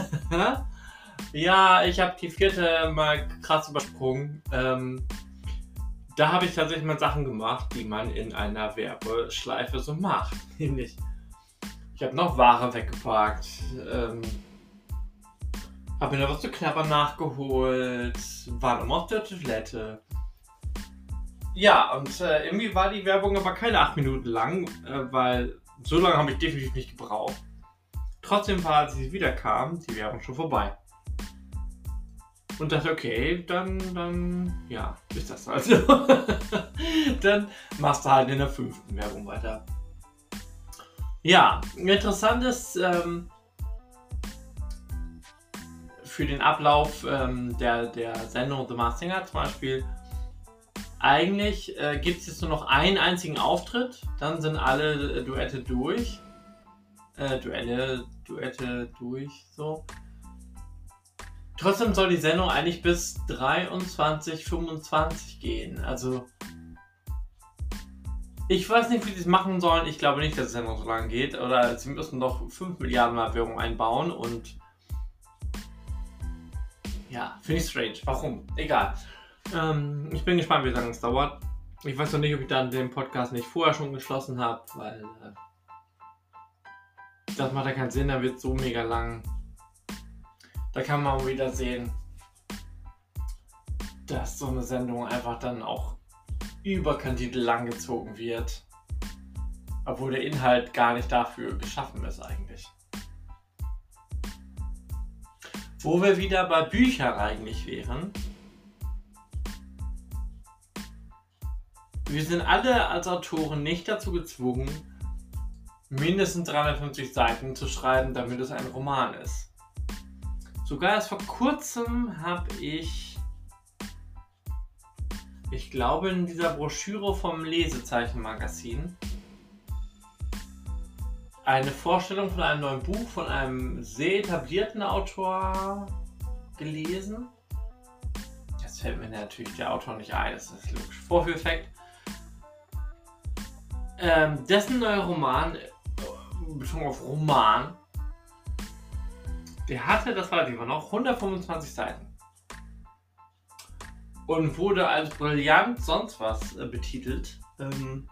Ja, ich habe die vierte mal krass übersprungen. Ähm, da habe ich tatsächlich mal Sachen gemacht, die man in einer Werbeschleife so macht. Nämlich, ich habe noch Ware weggepackt, ähm, habe mir noch was zu knabbern nachgeholt, war noch auf der Toilette. Ja, und äh, irgendwie war die Werbung aber keine acht Minuten lang, äh, weil so lange habe ich definitiv nicht gebraucht. Trotzdem war, als sie wieder kam, die Werbung schon vorbei. Und dachte, okay, dann, dann, ja, ist das halt so. Dann machst du halt in der fünften Werbung weiter. Ja, interessant ist ähm, für den Ablauf ähm, der, der Sendung The Masked Singer zum Beispiel, eigentlich äh, gibt es jetzt nur noch einen einzigen Auftritt, dann sind alle äh, Duette durch. Äh, Duelle, Duette durch, so. Trotzdem soll die Sendung eigentlich bis dreiundzwanzig fünfundzwanzig gehen. Also, ich weiß nicht, wie sie es machen sollen. Ich glaube nicht, dass die Sendung so lange geht. Oder sie müssen doch fünf Milliarden Mal Werbung einbauen und ja, finde ich strange. Warum? Egal. Ähm, ich bin gespannt, wie lange es dauert. Ich weiß noch nicht, ob ich dann den Podcast nicht vorher schon geschlossen habe, weil äh, das macht ja keinen Sinn, da wird so mega lang. Da kann man wieder sehen, dass so eine Sendung einfach dann auch überkandidelt langgezogen wird. Obwohl der Inhalt gar nicht dafür geschaffen ist eigentlich. Wo wir wieder bei Büchern eigentlich wären. Wir sind alle als Autoren nicht dazu gezwungen, mindestens dreihundertfünfzig Seiten zu schreiben, damit es ein Roman ist. Sogar erst vor kurzem habe ich, ich glaube in dieser Broschüre vom Lesezeichenmagazin, eine Vorstellung von einem neuen Buch von einem sehr etablierten Autor gelesen. Jetzt fällt mir natürlich der Autor nicht ein, das ist logisch. Vorführeffekt. Ähm, dessen neuer Roman, Betonung auf Roman, der hatte, das war die war noch, hundertfünfundzwanzig Seiten. Und wurde als brillant sonst was äh, betitelt. Ähm,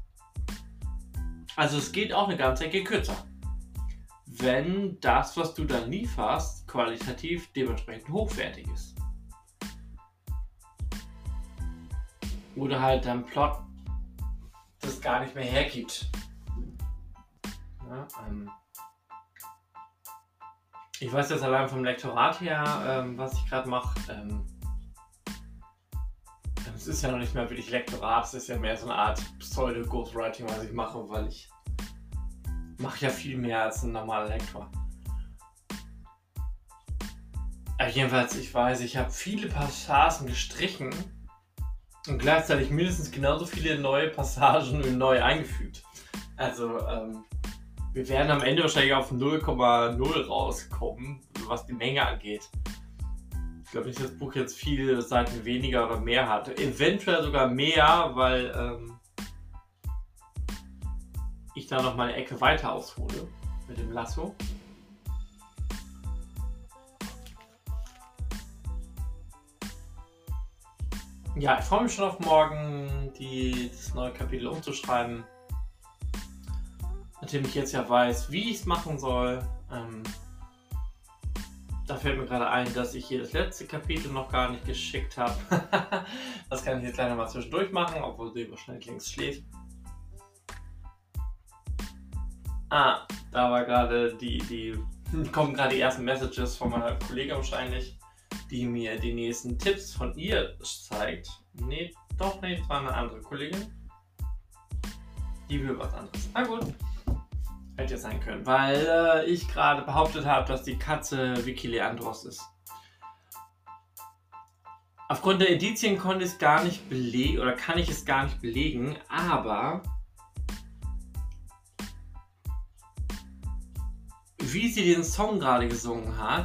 also es geht auch eine ganze Ecke kürzer. Wenn das, was du dann lieferst, qualitativ dementsprechend hochwertig ist. Oder halt dein Plot das gar nicht mehr hergibt. Ja, ähm, ich weiß jetzt allein vom Lektorat her, ähm, was ich gerade mache. Ähm, es ist ja noch nicht mehr wirklich Lektorat, es ist ja mehr so eine Art Pseudo-Ghostwriting, was ich mache, weil ich mache ja viel mehr als ein normaler Lektor. Aber jedenfalls, ich weiß, ich habe viele Passagen gestrichen und gleichzeitig mindestens genauso viele neue Passagen neu eingefügt. Also, ähm, wir werden am Ende wahrscheinlich auf null Komma null rauskommen, was die Menge angeht. Ich glaube nicht, dass das Buch jetzt viele Seiten weniger oder mehr hat. Eventuell sogar mehr, weil ähm, ich da noch mal eine Ecke weiter aushole mit dem Lasso. Ja, ich freue mich schon auf morgen, die, das neue Kapitel umzuschreiben. nachdem ich jetzt ja weiß, wie ich es machen soll, ähm, da fällt mir gerade ein, dass ich hier das letzte Kapitel noch gar nicht geschickt habe. Das kann ich jetzt leider mal zwischendurch machen, obwohl sie wahrscheinlich längst schläft. Ah, da war gerade die, die, kommen gerade die ersten Messages von meiner Kollegin wahrscheinlich, die mir die nächsten Tipps von ihr zeigt. Nee, doch, nee, das war eine andere Kollegin. Die will was anderes. Na gut. Hätte ja sein können, weil äh, ich gerade behauptet habe, dass die Katze Vicky Leandros ist. Aufgrund der Indizien konnte ich es gar nicht belegen, oder kann ich es gar nicht belegen, aber wie sie den Song gerade gesungen hat,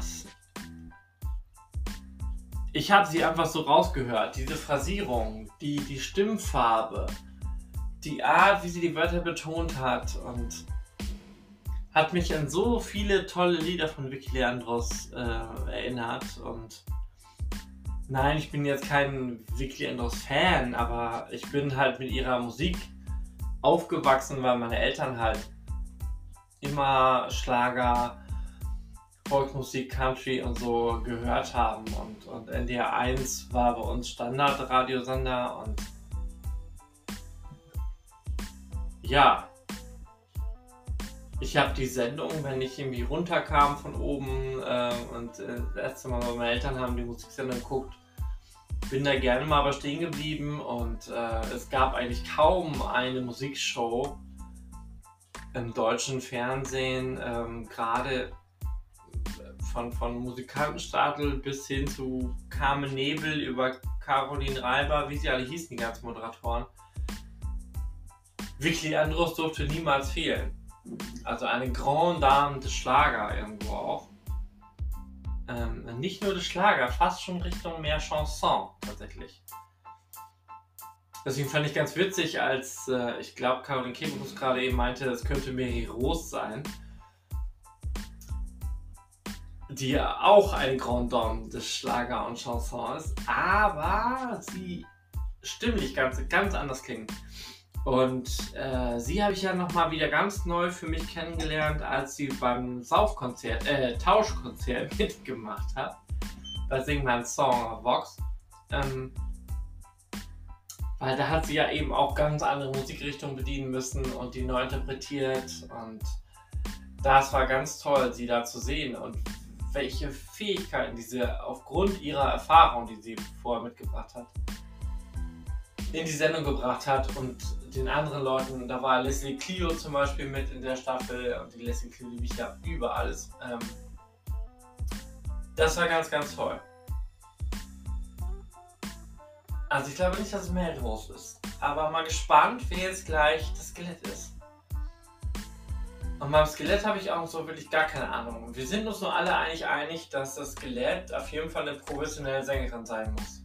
ich habe sie einfach so rausgehört. Diese Phrasierung, die, die Stimmfarbe, die Art, wie sie die Wörter betont hat und hat mich an so viele tolle Lieder von Vicky Leandros äh, erinnert. Und nein, ich bin jetzt kein Vicky Leandros Fan, aber ich bin halt mit ihrer Musik aufgewachsen, weil meine Eltern halt immer Schlager, Volksmusik, Country und so gehört haben. Und, und N D R eins war bei uns Standardradiosender und ja, ich habe die Sendung, wenn ich irgendwie runterkam von oben äh, und äh, das erste Mal meine Eltern haben die Musiksendung geguckt, bin da gerne mal aber stehen geblieben und äh, es gab eigentlich kaum eine Musikshow im deutschen Fernsehen, ähm, gerade von, von Musikantenstadel bis hin zu Carmen Nebel über Caroline Reiber, wie sie alle hießen, die ganzen Moderatoren. Vicky Leandros durfte niemals fehlen. Also eine Grande Dame des Schlager irgendwo auch. Ähm, nicht nur des Schlager, fast schon Richtung mehr Chanson tatsächlich. Deswegen fand ich ganz witzig, als äh, ich glaube Caroline Kebekus gerade eben meinte, es könnte Mary Rose sein, die ja auch eine Grande Dame des Schlager und Chanson ist, aber sie stimmlich ganz, ganz anders klingt. Und äh, sie habe ich ja nochmal wieder ganz neu für mich kennengelernt, als sie beim Saufkonzert, äh, Tauschkonzert mitgemacht hat. Bei Sing mein Song auf Vox. Ähm, weil da hat sie ja eben auch ganz andere Musikrichtungen bedienen müssen und die neu interpretiert. Und das war ganz toll, sie da zu sehen und welche Fähigkeiten diese aufgrund ihrer Erfahrung, die sie vorher mitgebracht hat, in die Sendung gebracht hat und den anderen Leuten, da war Leslie Clio zum Beispiel mit in der Staffel und die Leslie Clio liebe ich ja über alles. Ähm, das war ganz, ganz toll. Also ich glaube nicht, dass es Mary Rose ist, aber mal gespannt, wer jetzt gleich das Skelett ist. Und beim Skelett habe ich auch so wirklich gar keine Ahnung. Wir sind uns nur alle eigentlich einig, dass das Skelett auf jeden Fall eine professionelle Sängerin sein muss.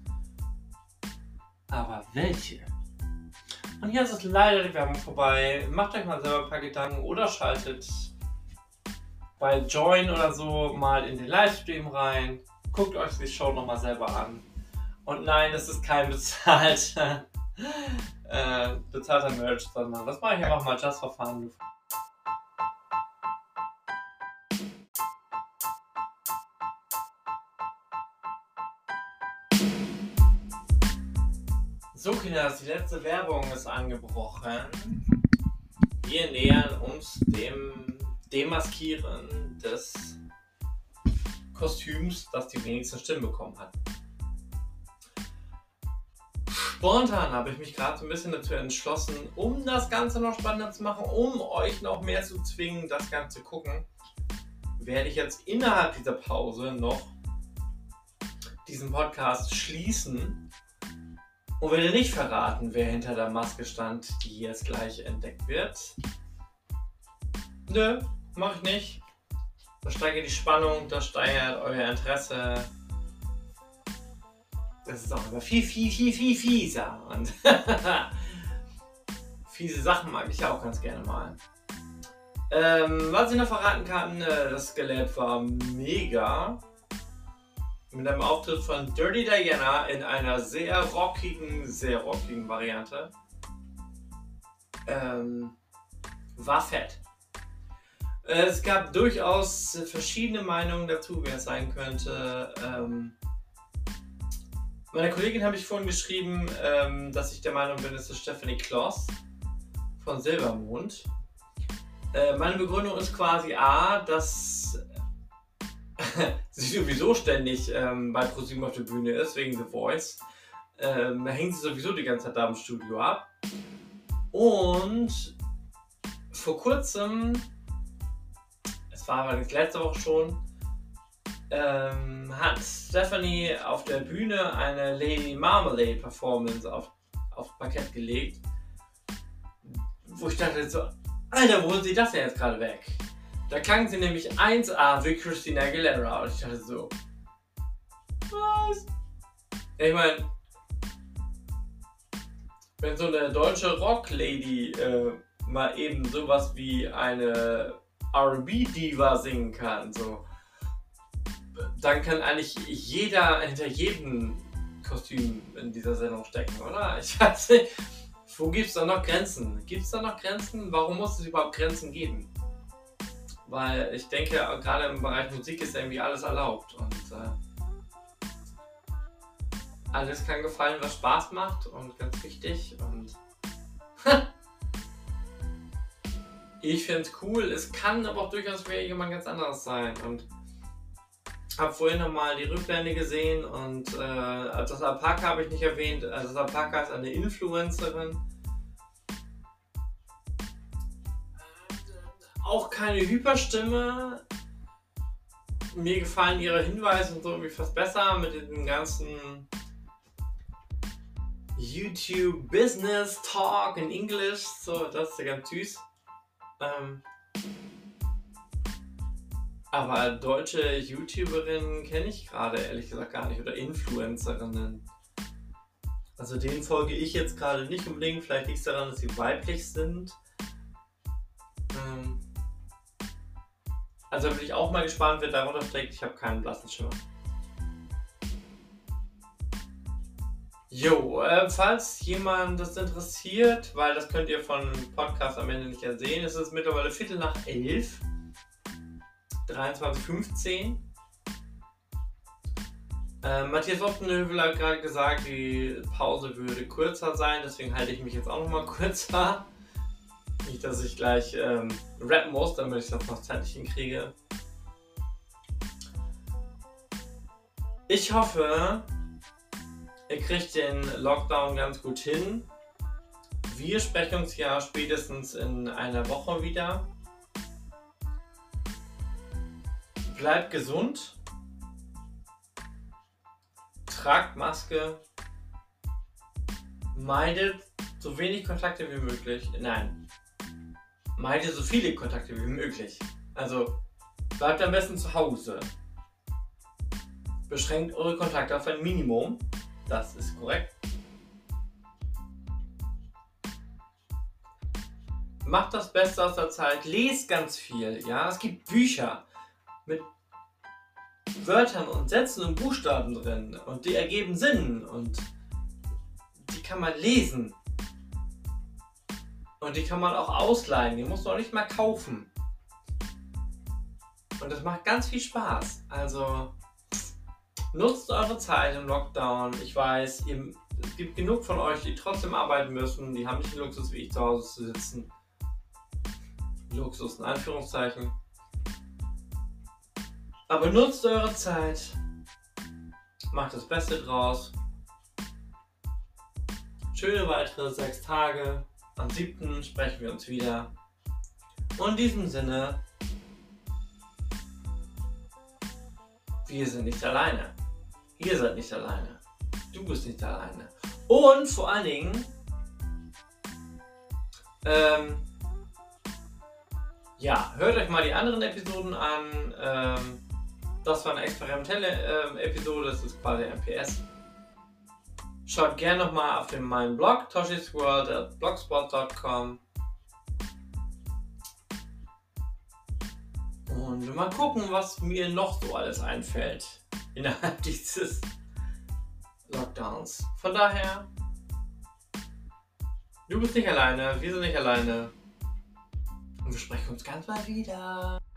Aber welche? Und hier ist es leider die Werbung vorbei. Macht euch mal selber ein paar Gedanken oder schaltet bei Join oder so mal in den Livestream rein. Guckt euch die Show nochmal selber an. Und nein, es ist kein bezahlter, äh, bezahlter Merch, sondern das mache ich einfach mal just for fun. So Kinder, die letzte Werbung ist angebrochen. Wir nähern uns dem Demaskieren des Kostüms, das die wenigsten Stimmen bekommen hat. Spontan habe ich mich gerade so ein bisschen dazu entschlossen, um das Ganze noch spannender zu machen, um euch noch mehr zu zwingen, das Ganze zu gucken, werde ich jetzt innerhalb dieser Pause noch diesen Podcast schließen und werde nicht verraten, wer hinter der Maske stand, die jetzt gleich entdeckt wird. Nö, mach ich nicht. Das steigert die Spannung, das steigert euer Interesse. Das ist auch immer viel, viel, viel, viel fieser. Und fiese Sachen mag ich ja auch ganz gerne mal. Ähm, was ich noch verraten kann, das Skelett war mega. Mit einem Auftritt von Dirty Diana in einer sehr rockigen, sehr rockigen Variante. Ähm, war fett. Es gab durchaus verschiedene Meinungen dazu, wer es sein könnte. Ähm, meiner Kollegin habe ich vorhin geschrieben, ähm, dass ich der Meinung bin, es ist Stephanie Kloss von Silbermond. Äh, meine Begründung ist quasi A, dass sie sowieso ständig ähm, bei ProSieben auf der Bühne ist, wegen The Voice. Ähm, da hängt sie sowieso die ganze Zeit da im Studio ab. Und vor kurzem, es war allerdings letzte Woche schon, ähm, hat Stephanie auf der Bühne eine Lady Marmalade Performance auf, auf Parkett gelegt, wo ich dachte so, Alter, wo holen sie das denn jetzt gerade weg? Da klang sie nämlich eins A wie Christina Aguilera und ich dachte so, was? Ich meine, wenn so eine deutsche Rock-Lady äh, mal eben sowas wie eine R und B-Diva singen kann, so, dann kann eigentlich jeder hinter jedem Kostüm in dieser Sendung stecken, oder? Ich weiß nicht, wo gibt es da noch Grenzen? Gibt es da noch Grenzen? Warum muss es überhaupt Grenzen geben? Weil ich denke, gerade im Bereich Musik ist irgendwie alles erlaubt und äh, alles kann gefallen, was Spaß macht und ganz wichtig und ich finde es cool. Es kann aber auch durchaus für jemand ganz anderes sein und habe vorhin nochmal die Rückblende gesehen und äh, das Alpaka habe ich nicht erwähnt. Also das Alpaka ist eine Influencerin. Auch keine Hyperstimme. Mir gefallen ihre Hinweise und so irgendwie fast besser mit diesem ganzen YouTube Business Talk in English. So, das ist ja ganz süß. Ähm, aber deutsche YouTuberinnen kenne ich gerade ehrlich gesagt gar nicht oder Influencerinnen. Also denen folge ich jetzt gerade nicht unbedingt. Vielleicht liegt es daran, dass sie weiblich sind. Ähm, Also bin ich auch mal gespannt, wer darunter steckt. Ich habe keinen blassen Schimmer. Jo, äh, falls jemand das interessiert, weil das könnt ihr von dem Podcast am Ende nicht sehen, es ist mittlerweile Viertel nach elf, dreiundzwanzig Uhr fünfzehn. Äh, Matthias Optenhövel hat gerade gesagt, die Pause würde kürzer sein, deswegen halte ich mich jetzt auch noch mal kürzer. Nicht, dass ich gleich ähm, rappen muss, damit ich das noch zeitlich hinkriege. Ich hoffe, ihr kriegt den Lockdown ganz gut hin. Wir sprechen uns ja spätestens in einer Woche wieder. Bleibt gesund. Tragt Maske. Meidet so wenig Kontakte wie möglich. Nein. Meidet so viele Kontakte wie möglich. Also bleibt am besten zu Hause. Beschränkt eure Kontakte auf ein Minimum. Das ist korrekt. Macht das Beste aus der Zeit. Lest ganz viel. Ja, es gibt Bücher mit Wörtern und Sätzen und Buchstaben drin. Und die ergeben Sinn. Und die kann man lesen. Und die kann man auch ausleihen. Die muss man auch nicht mal kaufen. Und das macht ganz viel Spaß. Also nutzt eure Zeit im Lockdown. Ich weiß, ihr, es gibt genug von euch, die trotzdem arbeiten müssen. Die haben nicht den Luxus, wie ich zu Hause zu sitzen. Luxus in Anführungszeichen. Aber nutzt eure Zeit. Macht das Beste draus. Schöne weitere sechs Tage. Am siebten sprechen wir uns wieder. Und in diesem Sinne, wir sind nicht alleine. Ihr seid nicht alleine. Du bist nicht alleine. Und vor allen Dingen, ähm, ja, hört euch mal die anderen Episoden an. Ähm, das war eine experimentelle äh, Episode, das ist quasi M P S. Schaut gerne nochmal auf den, meinen Blog, toshisworld at blogspot dot com. Und mal gucken, was mir noch so alles einfällt innerhalb dieses Lockdowns. Von daher, du bist nicht alleine, wir sind nicht alleine. Und wir sprechen uns ganz bald wieder.